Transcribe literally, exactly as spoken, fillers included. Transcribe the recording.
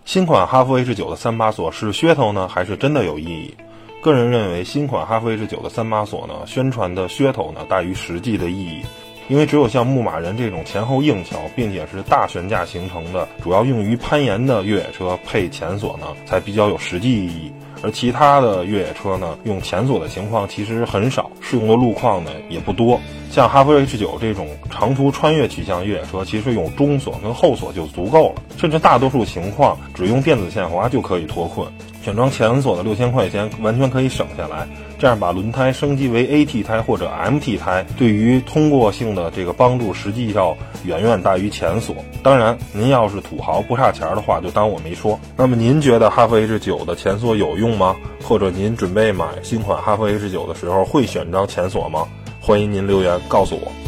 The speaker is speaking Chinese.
新款哈弗 H 九 的三把锁是噱头呢，还是真的有意义？个人认为，新款哈弗 H 九 的三把锁呢，宣传的噱头呢大于实际的意义。因为只有像牧马人这种前后硬桥并且是大悬架形成的主要用于攀岩的越野车配前锁呢，才比较有实际意义。而其他的越野车呢，用前锁的情况其实很少，适用的路况呢也不多。像哈弗 H 九 这种长途穿越取向越野车，其实用中锁跟后锁就足够了，甚至大多数情况只用电子限滑就可以脱困。选装前锁的六千块钱完全可以省下来，这样把轮胎升级为 A T 胎或者 M T 胎，对于通过性的这个帮助实际要远远大于前锁。当然，您要是土豪不差钱的话，就当我没说。那么您觉得哈弗 H 九 的前锁有用吗？或者您准备买新款哈弗 H 九 的时候会选装前锁吗？欢迎您留言告诉我。